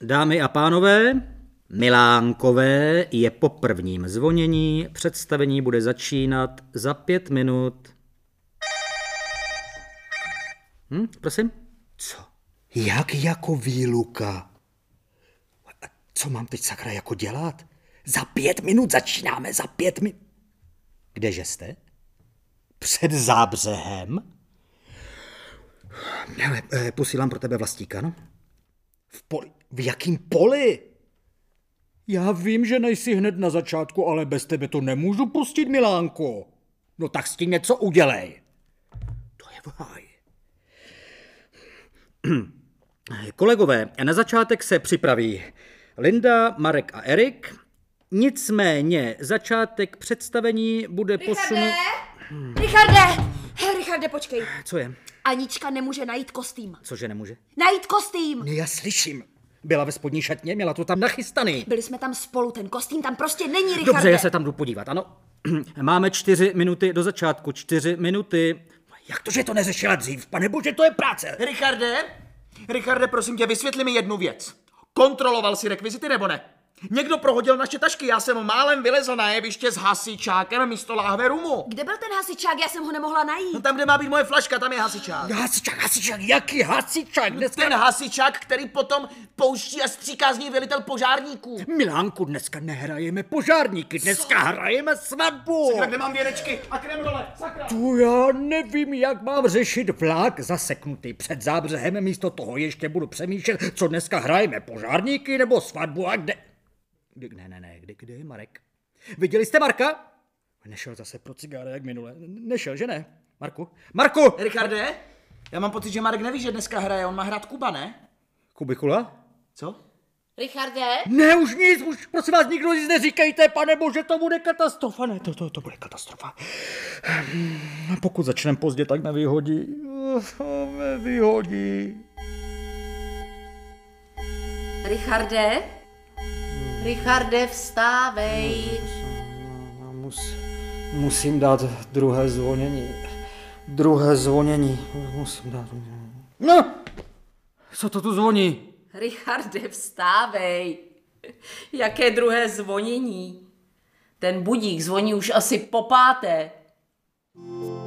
Dámy a pánové, Milánkové je po prvním zvonění, představení bude začínat za 5 minut. Prosím? Co? Jak jako výluka? Co mám teď sakra jako dělat? Za 5 minut začínáme, za 5 minut. Kdeže jste? Před Zábřehem? Hele, posílám pro tebe Vlastíka, no? V poli? V jakým poli? Já vím, že nejsi hned na začátku, ale bez tebe to nemůžu pustit, Milánko. No tak s tím něco udělej. To je v háji. Kolegové, na začátek se připraví Linda, Marek a Erik. Nicméně začátek představení bude posunut... Richarde, počkej. Co je? Anička nemůže najít kostým. Cože nemůže? Najít kostým! Já slyším. Byla ve spodní šatně, měla to tam nachystaný. Byli jsme tam spolu, ten kostým tam prostě není, Richarde. Dobře, já se tam jdu podívat, ano. Máme 4 minuty do začátku, 4 minuty. Jak to, že to neřešila dřív? Panebože, to je práce. Richarde, prosím tě, vysvětli mi jednu věc. Kontroloval jsi rekvizity nebo ne? Někdo prohodil naše tašky, já jsem málem vylezl na jeviště s hasičákem místo láhve rumu. Kde byl ten hasičák? Já jsem ho nemohla najít. No tam, kde má být moje flaška, tam je hasičák. Hasičák, jaký hasičák? Dneska... Ten hasičák, který potom pouští a stříká z ní velitel požárníků. Milánku, dneska nehrajeme požárníky, dneska hrajeme svatbu. Sakra, kde mám věnečky a kremrole, sakra. Tu já nevím, jak mám řešit vlak zaseknutý před Zábřehem, místo toho ještě budu přemýšlet, co dneska hrajeme, požárníky nebo svatbu a kde... Kde je Marek? Viděli jste Marka? Nešel zase pro cigára jak minule. Nešel, že ne? Marku! Richarde, já mám pocit, že Marek neví, že dneska hraje, on má hrát Kuba, ne? Kubikula? Co? Richarde? Ne, už nic, už prosím vás nikdo nic neříkejte, panebože, to bude katastrofa. Ne, to bude katastrofa. Pokud začneme pozdě, tak nevyhodí. Nevyhodí. Richarde, vstávej. Musím dát druhé zvonění. Musím dát. No! Co to tu zvoní? Richarde, vstávej. Jaké druhé zvonění? Ten budík zvoní už asi po 5.